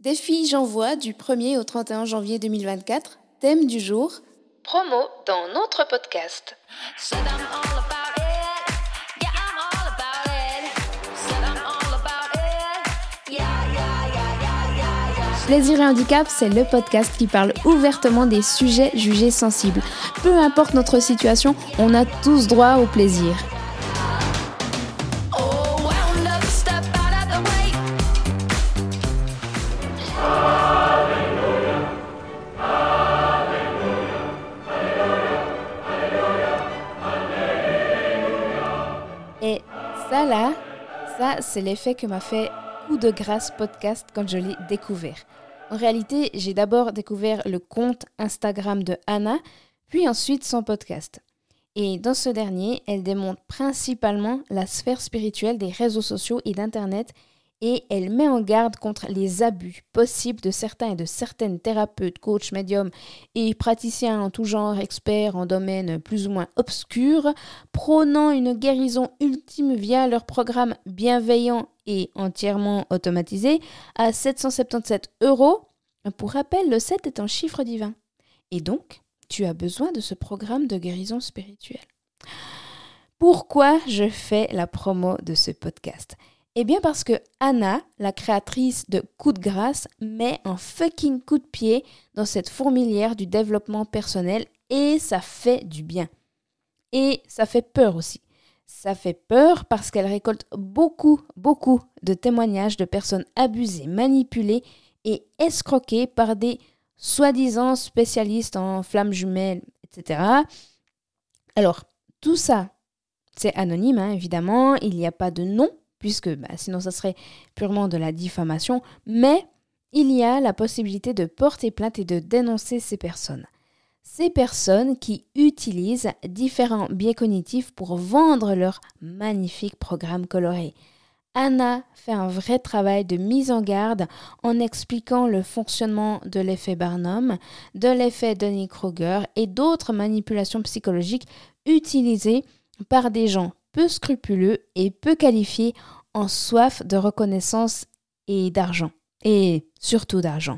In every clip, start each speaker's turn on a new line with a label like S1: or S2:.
S1: Défi J'envoie du 1er au 31 janvier 2024. Thème du jour, promo dans notre podcast. Plaisir et handicap, c'est le podcast qui parle ouvertement des sujets jugés sensibles. Peu importe notre situation, on a tous droit au plaisir. Et ça, c'est l'effet que m'a fait Coup de grâce podcast quand je l'ai découvert. En réalité, j'ai d'abord découvert le compte Instagram de Anna, puis ensuite son podcast. Et dans ce dernier, elle démontre principalement la sphère spirituelle des réseaux sociaux et d'Internet, et elle met en garde contre les abus possibles de certains et de certaines thérapeutes, coachs, médiums et praticiens en tout genre, experts en domaines plus ou moins obscurs, prônant une guérison ultime via leur programme bienveillant et entièrement automatisé à 777 €. Pour rappel, le 7 est un chiffre divin. Et donc, tu as besoin de ce programme de guérison spirituelle. Pourquoi je fais la promo de ce podcast ? Eh bien parce que Anna, la créatrice de Coup de grâce, met un fucking coup de pied dans cette fourmilière du développement personnel et ça fait du bien. Et ça fait peur aussi. Ça fait peur parce qu'elle récolte beaucoup de témoignages de personnes abusées, manipulées et escroquées par des soi-disant spécialistes en flammes jumelles, etc. Alors, tout ça, c'est anonyme, évidemment, il n'y a pas de nom, puisque sinon ça serait purement de la diffamation, mais il y a la possibilité de porter plainte et de dénoncer ces personnes. Ces personnes qui utilisent différents biais cognitifs pour vendre leur magnifique programme coloré. Anna fait un vrai travail de mise en garde en expliquant le fonctionnement de l'effet Barnum, de l'effet Dunning-Kruger et d'autres manipulations psychologiques utilisées par des gens peu scrupuleux et peu qualifiés en soif de reconnaissance et d'argent. Et surtout d'argent.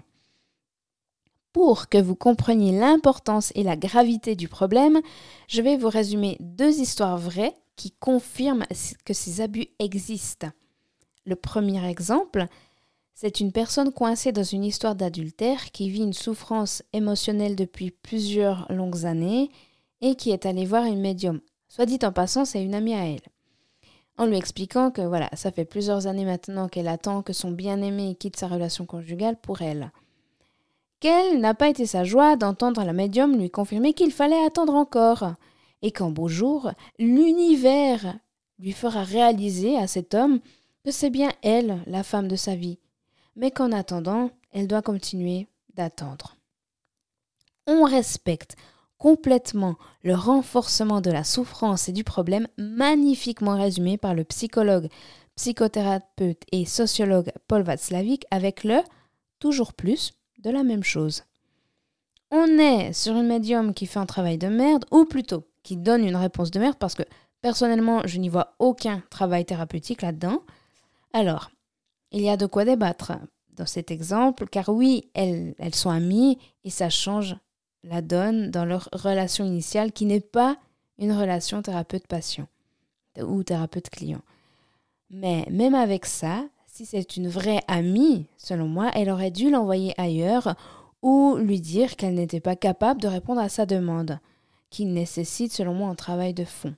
S1: Pour que vous compreniez l'importance et la gravité du problème, je vais vous résumer 2 histoires vraies qui confirment que ces abus existent. Le premier exemple, c'est une personne coincée dans une histoire d'adultère qui vit une souffrance émotionnelle depuis plusieurs longues années et qui est allée voir une médium. Soit dit en passant, c'est une amie à elle. En lui expliquant que ça fait plusieurs années maintenant qu'elle attend que son bien-aimé quitte sa relation conjugale pour elle. Quelle n'a pas été sa joie d'entendre la médium lui confirmer qu'il fallait attendre encore, et qu'un beau jour, l'univers lui fera réaliser à cet homme que c'est bien elle, la femme de sa vie, mais qu'en attendant, elle doit continuer d'attendre. On respecte complètement le renforcement de la souffrance et du problème, magnifiquement résumé par le psychologue, psychothérapeute et sociologue Paul Václavic avec le « toujours plus » de la même chose. On est sur une médium qui fait un travail de merde, ou plutôt qui donne une réponse de merde, parce que personnellement, je n'y vois aucun travail thérapeutique là-dedans. Alors, il y a de quoi débattre dans cet exemple, car oui, elles sont amies et ça change la donne dans leur relation initiale qui n'est pas une relation thérapeute-patient ou thérapeute-client. Mais même avec ça, si c'est une vraie amie, selon moi, elle aurait dû l'envoyer ailleurs ou lui dire qu'elle n'était pas capable de répondre à sa demande, qui nécessite selon moi un travail de fond.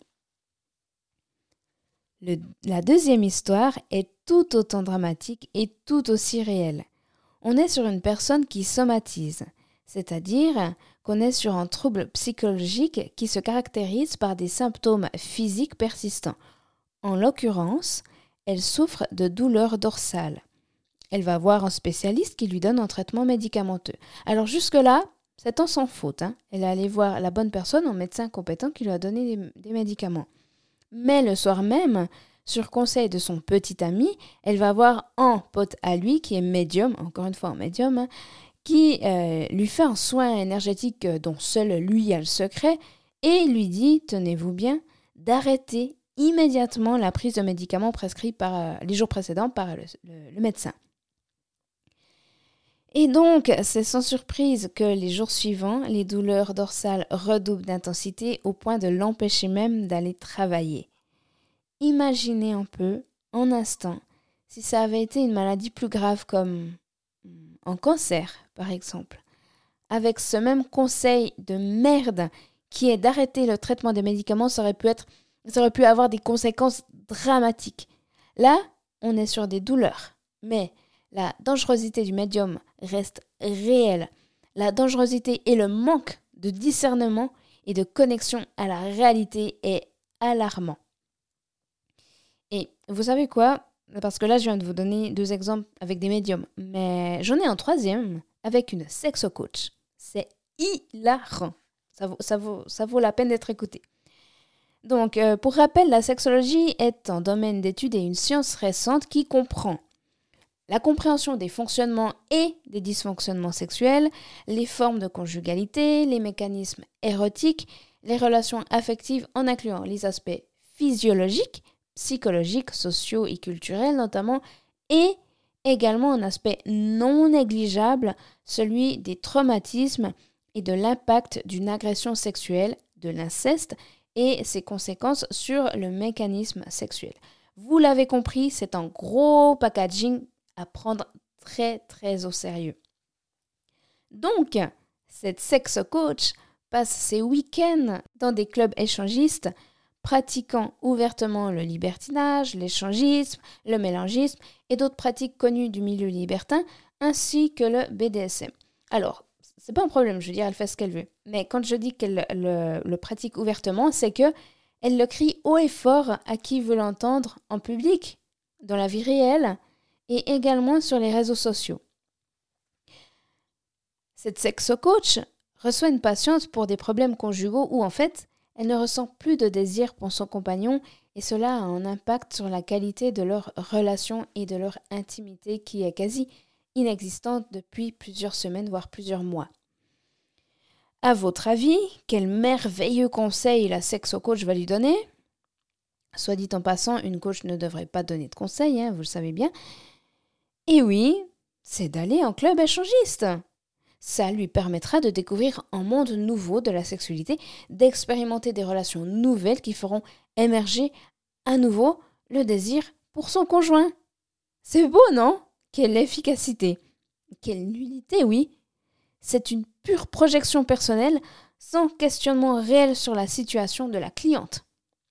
S1: La deuxième histoire est tout autant dramatique et tout aussi réelle. On est sur une personne qui somatise, c'est-à-dire qu'on est sur un trouble psychologique qui se caractérise par des symptômes physiques persistants. En l'occurrence, elle souffre de douleurs dorsales. Elle va voir un spécialiste qui lui donne un traitement médicamenteux. Alors jusque-là, c'est en sans faute. Elle est allée voir la bonne personne, un médecin compétent qui lui a donné des médicaments. Mais le soir même, sur conseil de son petit ami, elle va voir un pote à lui qui est médium, encore une fois un médium, qui lui fait un soin énergétique dont seul lui a le secret et lui dit, tenez-vous bien, d'arrêter immédiatement la prise de médicaments prescrits les jours précédents par le médecin. Et donc, c'est sans surprise que les jours suivants, les douleurs dorsales redoublent d'intensité au point de l'empêcher même d'aller travailler. Imaginez un peu, en instant, si ça avait été une maladie plus grave comme un cancer, par exemple. Avec ce même conseil de merde qui est d'arrêter le traitement des médicaments, ça aurait pu avoir des conséquences dramatiques. Là, on est sur des douleurs, mais la dangerosité du médium reste réelle. La dangerosité et le manque de discernement et de connexion à la réalité est alarmant. Et vous savez quoi? Parce que là, je viens de vous donner 2 exemples avec des médiums, mais j'en ai un troisième avec une sexo-coach. C'est hilarant. Ça vaut la peine d'être écouté. Donc, pour rappel, la sexologie est un domaine d'étude et une science récente qui comprend la compréhension des fonctionnements et des dysfonctionnements sexuels, les formes de conjugalité, les mécanismes érotiques, les relations affectives en incluant les aspects physiologiques, psychologiques, sociaux et culturels notamment, et également un aspect non négligeable, celui des traumatismes et de l'impact d'une agression sexuelle, de l'inceste et ses conséquences sur le mécanisme sexuel. Vous l'avez compris, c'est un gros packaging à prendre très très au sérieux. Donc, cette sex coach passe ses week-ends dans des clubs échangistes, pratiquant ouvertement le libertinage, l'échangisme, le mélangisme et d'autres pratiques connues du milieu libertin, ainsi que le BDSM. Alors, c'est pas un problème, je veux dire, elle fait ce qu'elle veut. Mais quand je dis qu'elle le pratique ouvertement, c'est que elle le crie haut et fort à qui veut l'entendre en public, dans la vie réelle, et également sur les réseaux sociaux. Cette sexo-coach reçoit une patiente pour des problèmes conjugaux où en fait, elle ne ressent plus de désir pour son compagnon et cela a un impact sur la qualité de leur relation et de leur intimité qui est quasi inexistante depuis plusieurs semaines, voire plusieurs mois. À votre avis, quel merveilleux conseil la sexo-coach va lui donner? Soit dit en passant, une coach ne devrait pas donner de conseils, vous le savez bien. Et oui, c'est d'aller en club échangiste. Ça lui permettra de découvrir un monde nouveau de la sexualité, d'expérimenter des relations nouvelles qui feront émerger à nouveau le désir pour son conjoint. C'est beau, non? Quelle efficacité! Quelle nullité, oui! C'est une pure projection personnelle sans questionnement réel sur la situation de la cliente.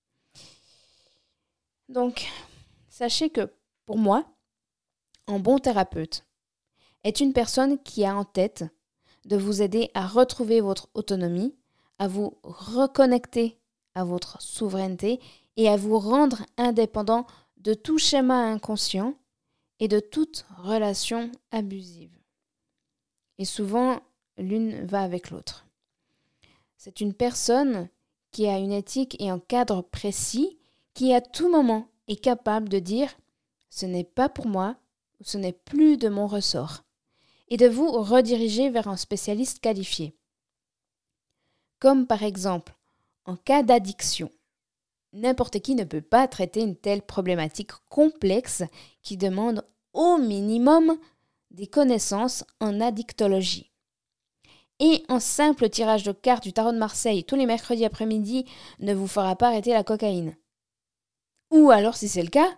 S1: Donc, sachez que pour moi, un bon thérapeute est une personne qui a en tête de vous aider à retrouver votre autonomie, à vous reconnecter à votre souveraineté et à vous rendre indépendant de tout schéma inconscient et de toute relation abusive. Et souvent, l'une va avec l'autre. C'est une personne qui a une éthique et un cadre précis, qui à tout moment est capable de dire « ce n'est pas pour moi » ou « ce n'est plus de mon ressort » et de vous rediriger vers un spécialiste qualifié. Comme par exemple, en cas d'addiction, n'importe qui ne peut pas traiter une telle problématique complexe qui demande au minimum des connaissances en addictologie. Et un simple tirage de cartes du tarot de Marseille tous les mercredis après-midi ne vous fera pas arrêter la cocaïne. Ou alors, si c'est le cas,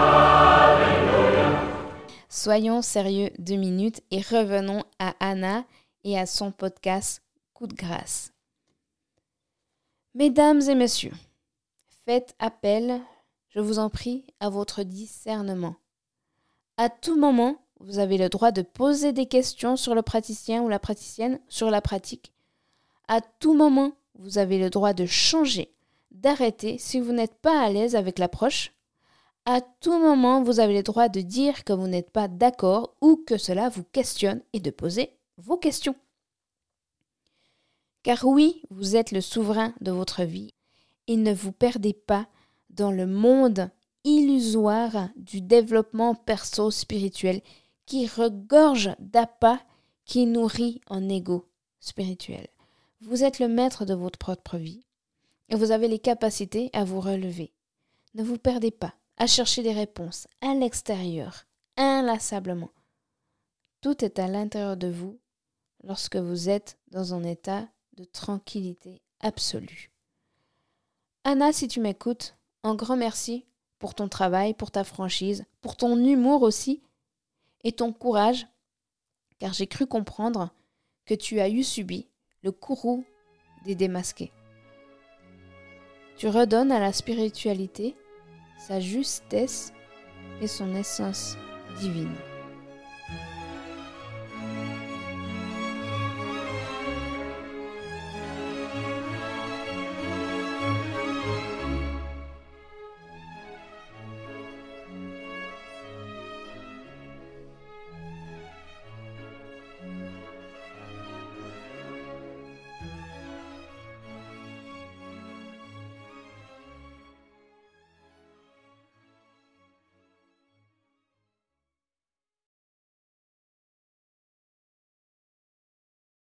S1: soyons sérieux 2 minutes et revenons à Anna et à son podcast Coup de grâce. Mesdames et messieurs, faites appel, je vous en prie, à votre discernement. À tout moment, vous avez le droit de poser des questions sur le praticien ou la praticienne, sur la pratique. À tout moment, vous avez le droit de changer, d'arrêter si vous n'êtes pas à l'aise avec l'approche. À tout moment, vous avez le droit de dire que vous n'êtes pas d'accord ou que cela vous questionne et de poser vos questions. Car oui, vous êtes le souverain de votre vie et ne vous perdez pas dans le monde illusoire du développement perso-spirituel qui regorge d'appâts qui nourrit un ego spirituel. Vous êtes le maître de votre propre vie et vous avez les capacités à vous relever. Ne vous perdez pas à chercher des réponses à l'extérieur, inlassablement. Tout est à l'intérieur de vous lorsque vous êtes dans un état de tranquillité absolue. Anna, si tu m'écoutes, un grand merci pour ton travail, pour ta franchise, pour ton humour aussi et ton courage, car j'ai cru comprendre que tu as eu subi le courroux des démasqués. Tu redonnes à la spiritualité sa justesse et son essence divine.